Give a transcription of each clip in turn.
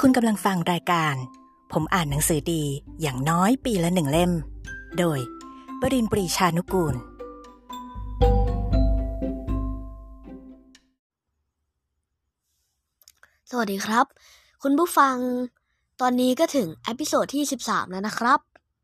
คุณกำลังฟังรายการผมอ่านหนังสือดีอย่างน้อยปีละ1 เล่มโดยปริญปรีชานุกูลสวัสดีครับคุณผู้ฟังตอนนี้ก็ถึงเอพิโซดที่13แล้วนะครับ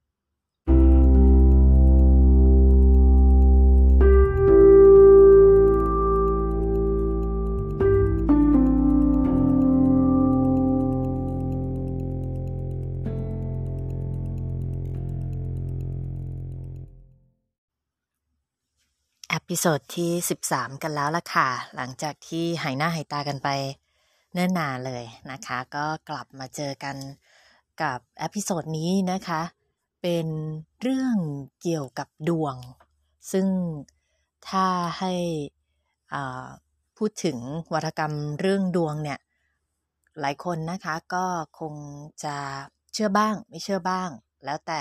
เอพิโซดที่13กันแล้วล่ะค่ะหลังจากที่หายหน้าหายตากันไปเนิ่นนานเลยนะคะก็กลับมาเจอกันกับเอพิโซดนี้นะคะเป็นเรื่องเกี่ยวกับดวงซึ่งถ้าให้พูดถึงวรรณกรรมเรื่องดวงเนี่ยหลายคนนะคะก็คงจะเชื่อบ้างไม่เชื่อบ้างแล้วแต่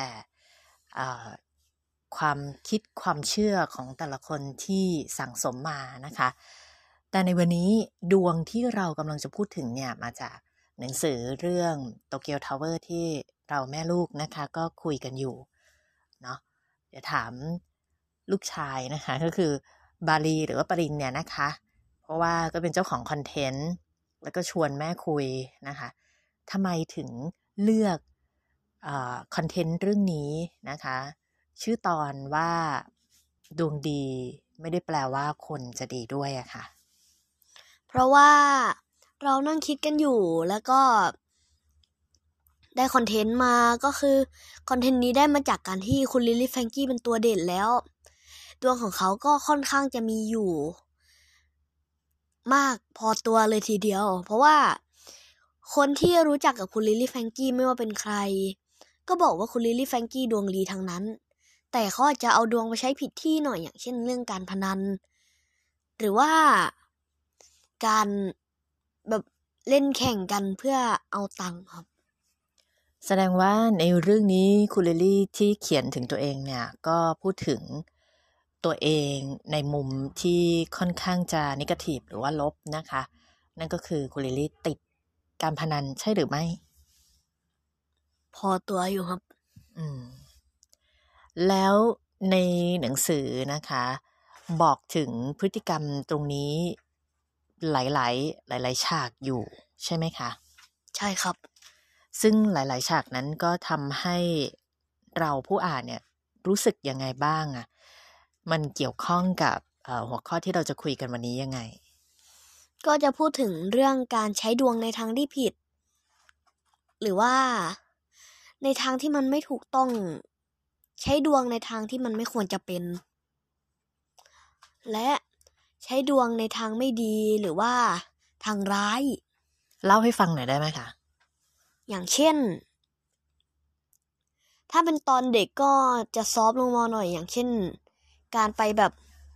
ความคิดความเชื่อของแต่ละคนที่สั่งสมมานะคะแต่ในวันนี้ดวงที่เรากำลังจะพูดถึงเนี่ยมาจากหนังสือเรื่องโตเกียวทาวเวอร์ที่เราแม่ลูกนะคะก็คุยกันอยู่เนาะเดี๋ยวถามลูกชายนะคะก็คือบาลีหรือว่าปริญเนี่ยนะคะเพราะว่าก็เป็นเจ้าของคอนเทนต์แล้วก็ชวนแม่คุยนะคะทำไมถึงเลือกคอนเทนต์เรื่องนี้นะคะชื่อตอนว่าดวงดีไม่ได้แปลว่าคนจะดีด้วยอะค่ะเพราะว่าเรานั่งคิดกันอยู่แล้วก็ได้คอนเทนต์มาก็คือคอนเทนต์นี้ได้มาจากการที่คุณลิลลี่แฟรงกี้เป็นตัวเด่นแล้วดวงของเขาก็ค่อนข้างจะมีอยู่มากพอตัวเลยทีเดียวเพราะว่าคนที่รู้จักกับคุณลิลลี่แฟรงกี้ไม่ว่าเป็นใครก็บอกว่าคุณลิลลี่แฟรงกี้ดวงดีทั้งนั้นแต่เขาอาจจะเอาดวงไปใช้ผิดที่หน่อยอย่างเช่นเรื่องการพนันหรือว่าการแบบเล่นแข่งกันเพื่อเอาตังค์ครับแสดงว่าในเรื่องนี้คุณลิลลี่ที่เขียนถึงตัวเองเนี่ยก็พูดถึงตัวเองในมุมที่ค่อนข้างจะเนกาทีฟหรือว่าลบนะคะนั่นก็คือคุณลิลลี่ติดการพนันใช่หรือไม่พอตัวอยู่ครับแล้วในหนังสือนะคะบอกถึงพฤติกรรมตรงนี้หลายฉากอยู่ใช่ไหมคะใช่ครับซึ่งหลายๆฉากนั้นก็ทำให้เราผู้อ่านเนี่ยรู้สึกยังไงบ้างอะมันเกี่ยวข้องกับหัวข้อที่เราจะคุยกันวันนี้ยังไงก็จะพูดถึงเรื่องการใช้ดวงในทางที่ผิดหรือว่าในทางที่มันไม่ถูกต้องใช้ดวงในทางที่มันไม่ควรจะเป็นและใช้ดวงในทางไม่ดีหรือว่าทางร้ายเล่าให้ฟังหน่อยได้ไหมคะอย่างเช่นถ้าเป็นตอนเด็กก็จะซอฟต์ลงมาหน่อยอย่างเช่นการไปแบบ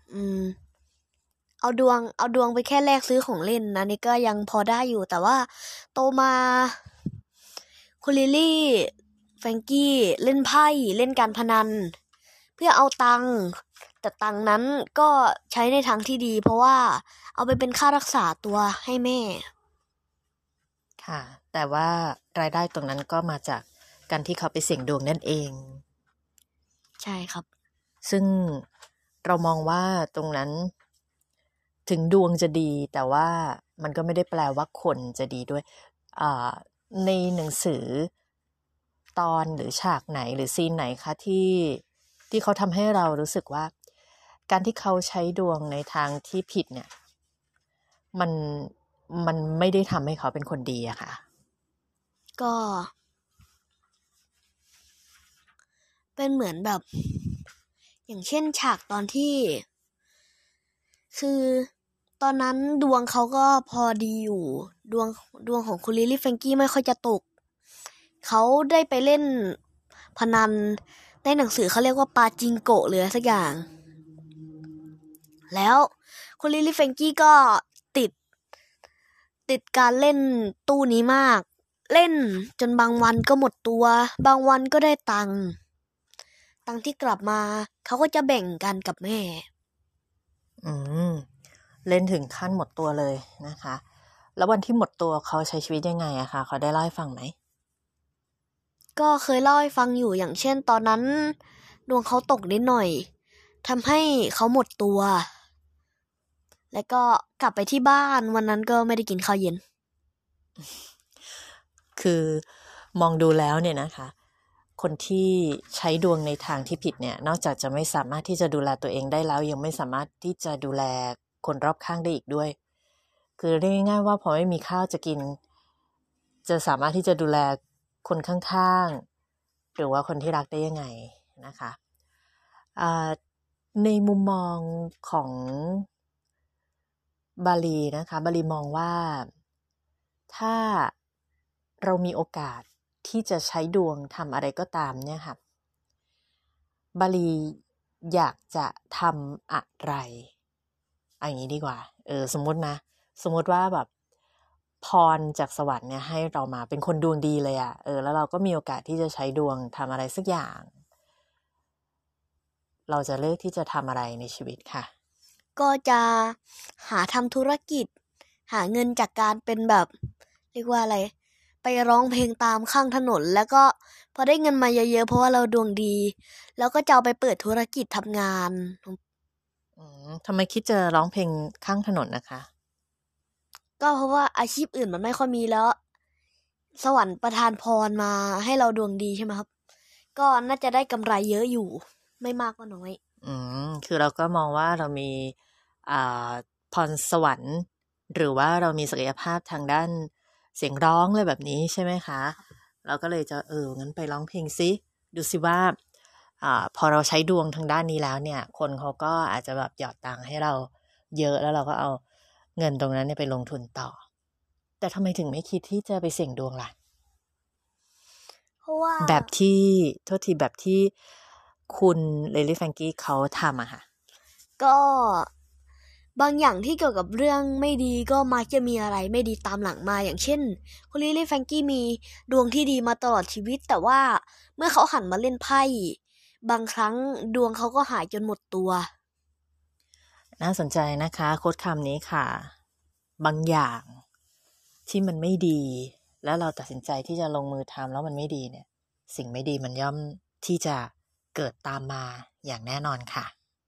เอาดวงไปแค่แลกซื้อของเล่นนะนี่ก็ยังพอได้อยู่แต่ว่าโตมาคุณลิลลี่แฟรงกี้เล่นไพ่เล่นการพนันเพื่อเอาตังค์แต่ตังค์นั้นก็ใช้ในทางที่ดีเพราะว่าเอาไปเป็นค่ารักษาตัวให้แม่ค่ะแต่ว่ารายได้ตรงนั้นก็มาจากการที่เขาไปเสี่ยงดวงนั่นเองใช่ครับซึ่งเรามองว่าตรงนั้นถึงดวงจะดีแต่ว่ามันก็ไม่ได้แปลว่าคนจะดีด้วยในหนังสือตอนหรือฉากไหนหรือซีนไหนคะที่เขาทำให้เรารู้สึกว่าการที่เขาใช้ดวงในทางที่ผิดเนี่ยมันไม่ได้ทำให้เขาเป็นคนดีอะค่ะก็เป็นเหมือนแบบอย่างเช่นฉากตอนที่คือตอนนั้นดวงเขาก็พอดีอยู่ดวงของคุณลิลลี่แฟรงกี้ไม่ค่อยจะตกเขาได้ไปเล่นพนันในหนังสือเขาเรียกว่าปาจิงโกะหรือสักอย่างแล้วคุณลิลลี่แฟรงกี้ก็ติดการเล่นตู้นี้มากเล่นจนบางวันก็หมดตัวบางวันก็ได้ตังค์ที่กลับมาเขาก็จะแบ่งกันกับแม่เล่นถึงขั้นหมดตัวเลยนะคะแล้ววันที่หมดตัวเขาใช้ชีวิตยังไงอะคะเขาได้เล่าให้ฟังไหมก็เคยเล่าให้ฟังอยู่อย่างเช่นตอนนั้นดวงเขาตกนิดหน่อยทำให้เขาหมดตัว แล้วก็กลับไปที่บ้านวันนั้นก็ไม่ได้กินข้าวเย็นคือมองดูแล้วเนี่ยนะคะคนที่ใช้ดวงในทางที่ผิดเนี่ยนอกจากจะไม่สามารถที่จะดูแลตัวเองได้แล้วยังไม่สามารถที่จะดูแลคนรอบข้างได้อีกด้วยคือเรียกง่ายๆว่าพอไม่มีข้าวจะกินจะสามารถที่จะดูแลคนข้างๆหรือว่าคนที่รักได้ยังไงนะคะในมุมมองของบาลีนะคะบาลีมองว่าถ้าเรามีโอกาสที่จะใช้ดวงทำอะไรก็ตามเนี่ยค่ะบาลีอยากจะทำอะไรอย่างนี้ดีกว่าสมมติว่าแบบพรจากสวรรค์เนี่ยให้เรามาเป็นคนดวงดีเลยอะแล้วเราก็มีโอกาสที่จะใช้ดวงทำอะไรสักอย่างเราจะเลือกที่จะทำอะไรในชีวิตค่ะก็จะหาทำธุรกิจหาเงินจากการเป็นแบบเรียกว่าอะไรไปร้องเพลงตามข้างถนนแล้วก็พอได้เงินมาเยอะๆเพราะว่าเราดวงดีแล้วก็จะเอาไปเปิดธุรกิจทำงานทำไมคิดจะร้องเพลงข้างถนนนะคะก็เพราะว่าอาชีพอื่นมันไม่ค่อยมีแล้วสวรรค์ประทานพรมาให้เราดวงดีใช่ไหมครับก็น่าจะได้กำไรเยอะอยู่ไม่มากก็น้อยคือเราก็มองว่าเรามีพรสวรรค์หรือว่าเรามีศักยภาพทางด้านเสียงร้องอะไรแบบนี้ใช่ไหมคะเราก็เลยจะงั้นไปร้องเพลงซิดูสิว่าพอเราใช้ดวงทางด้านนี้แล้วเนี่ยคนเขาก็อาจจะแบบหยอดตังค์ให้เราเยอะแล้วเราก็เอาเงินตรงนั้นเนี่ยไปลงทุนต่อแต่ทำไมถึงไม่คิดที่จะไปเสี่ยงดวงล่ะเพราะว่าแบบที่คุณเลลี่แฟรงกี้เขาทำอะค่ะก็บางอย่างที่เกี่ยวกับเรื่องไม่ดีก็มักจะมีอะไรไม่ดีตามหลังมาอย่างเช่นคุณลิลลี่แฟรงกี้มีดวงที่ดีมาตลอดชีวิตแต่ว่าเมื่อเขาหันมาเล่นไพ่บางครั้งดวงเขาก็หายจนหมดตัวน่าสนใจนะคะโค้ดคำนี้ค่ะบางอย่างที่มันไม่ดีแล้วเราตัดสินใจที่จะลงมือทำแล้วมันไม่ดีเนี่ยสิ่งไม่ดีมันย่อมที่จะเกิดตามมาอย่างแน่นอนค่ะ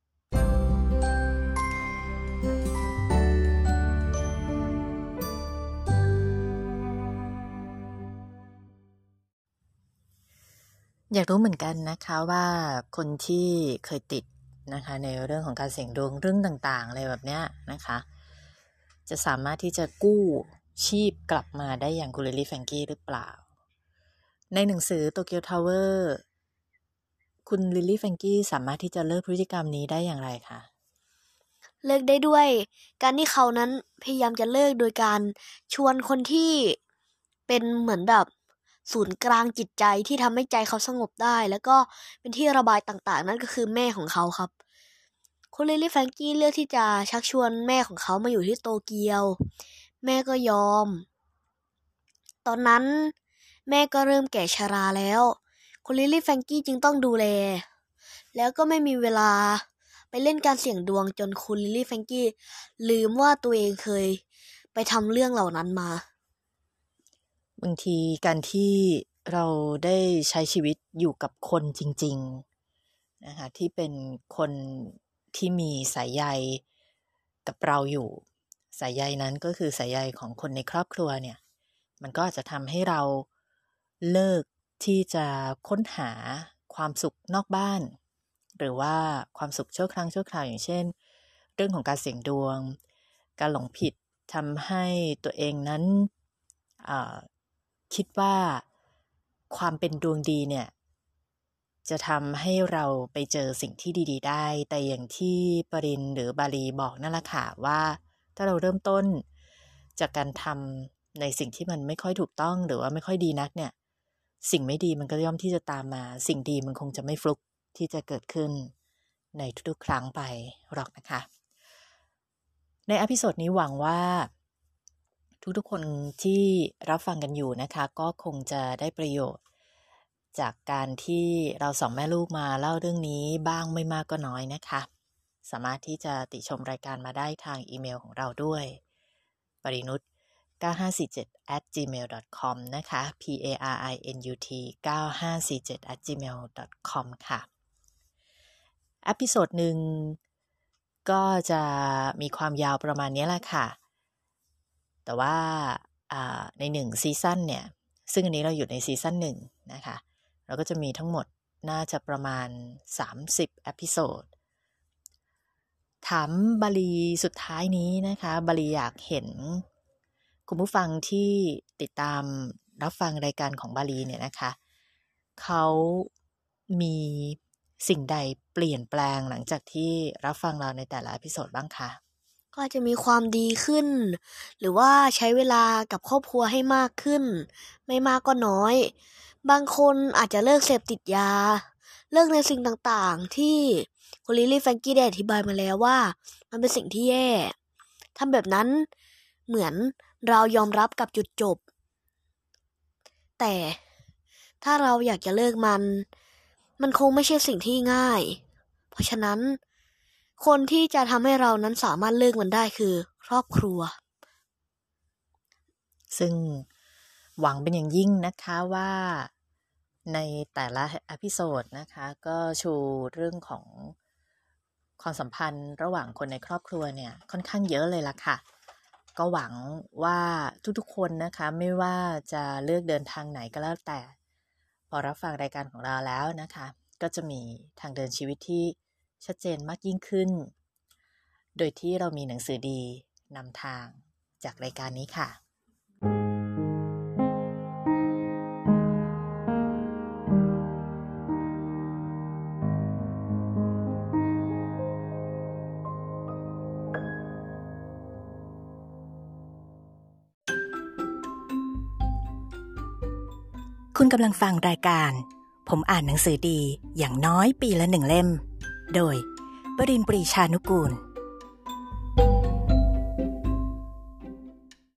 อยากรู้เหมือนกันนะคะว่าคนที่เคยติดนะคะในเรื่องของการเสี่ยงดวงเรื่องต่างๆอะไรแบบเนี้ยนะคะจะสามารถที่จะกู้ชีพกลับมาได้อย่างคุณลิลลี่แฟรงกี้หรือเปล่าในหนังสือโตเกียวทาวเวอร์คุณลิลลี่แฟรงกี้สามารถที่จะเลิกพฤติกรรมนี้ได้อย่างไรคะเลิกได้ด้วยการที่เขานั้นพยายามจะเลิกโดยการชวนคนที่เป็นเหมือนแบบศูนย์กลางจิตใจที่ทำให้ใจเขาสงบได้แล้วก็เป็นที่ระบายต่างๆนั่นก็คือแม่ของเขาครับคุณลิลลี่แฟรงกี้เลือกที่จะชักชวนแม่ของเขามาอยู่ที่โตเกียวแม่ก็ยอมตอนนั้นแม่ก็เริ่มแก่ชราแล้วคุณลิลลี่แฟรงกี้จึงต้องดูแลแล้วก็ไม่มีเวลาไปเล่นการเสี่ยงดวงจนคุณลิลลี่แฟรงกี้ลืมว่าตัวเองเคยไปทำเรื่องเหล่านั้นมาบางทีการที่เราได้ใช้ชีวิตอยู่กับคนจริงๆนะคะที่เป็นคนที่มีสายใยกับเราอยู่สายใยนั้นก็คือสายใยของคนในครอบครัวเนี่ยมันก็อาจจะทำให้เราเลิกที่จะค้นหาความสุขนอกบ้านหรือว่าความสุขชั่วครั้งชั่วคราวอย่างเช่นเรื่องของการเสี่ยงดวงการหลงผิดทำให้ตัวเองนั้นคิดว่าความเป็นดวงดีเนี่ยจะทำให้เราไปเจอสิ่งที่ดีๆได้แต่อย่างที่ปรินหรือบาลีบอกนั่นแหละค่ะว่าถ้าเราเริ่มต้นจากการทำในสิ่งที่มันไม่ค่อยถูกต้องหรือว่าไม่ค่อยดีนักเนี่ยสิ่งไม่ดีมันก็ย่อมที่จะตามมาสิ่งดีมันคงจะไม่ฟลุกที่จะเกิดขึ้นในทุกๆครั้งไปหรอกนะคะในอพิโซดนี้หวังว่าทุกๆคนที่รับฟังกันอยู่นะคะก็คงจะได้ประโยชน์จากการที่เราสองแม่ลูกมาเล่าเรื่องนี้บ้างไม่มากก็น้อยนะคะสามารถที่จะติชมรายการมาได้ทางอีเมลของเราด้วยปรินุช 9547@gmail.com นะคะ PARINUT 9547@gmail.com ค่ะเอพิโซดหนึ่งก็จะมีความยาวประมาณนี้แหละค่ะแต่ว่าใน1ซีซั่นเนี่ยซึ่งอันนี้เราอยู่ในซีซั่น1นะคะเราก็จะมีทั้งหมดน่าจะประมาณ30เอพิโซดถามบาลีสุดท้ายนี้นะคะบาลีอยากเห็นคุณผู้ฟังที่ติดตามรับฟังรายการของบาลีเนี่ยนะคะเขามีสิ่งใดเปลี่ยนแปลงหลังจากที่รับฟังเราในแต่ละเอพิโซดบ้างคะก็จะมีความดีขึ้นหรือว่าใช้เวลากับครอบครัวให้มากขึ้นไม่มากก็น้อยบางคนอาจจะเลิกเสพติดยาเลิกในสิ่งต่างๆที่คุณลิลลี่แฟรงกี้ได้อธิบายมาแล้วว่ามันเป็นสิ่งที่แย่ทำแบบนั้นเหมือนเรายอมรับกับจุดจบแต่ถ้าเราอยากจะเลิกมันคงไม่ใช่สิ่งที่ง่ายเพราะฉะนั้นคนที่จะทำให้เรานั้นสามารถเลิกมันได้คือครอบครัวซึ่งหวังเป็นอย่างยิ่งนะคะว่าในแต่ละอพิโซดนะคะก็ชูเรื่องของความสัมพันธ์ระหว่างคนในครอบครัวเนี่ยค่อนข้างเยอะเลยล่ะค่ะก็หวังว่าทุกๆคนนะคะไม่ว่าจะเลือกเดินทางไหนก็แล้วแต่พอรับฟังรายการของเราแล้วนะคะก็จะมีทางเดินชีวิตที่ชัดเจนมากยิ่งขึ้นโดยที่เรามีหนังสือดีนำทางจากรายการนี้ค่ะคุณกำลังฟังรายการผมอ่านหนังสือดีอย่างน้อยปีละ1 เล่มโดย วรินทร์ ปรีชานุกูล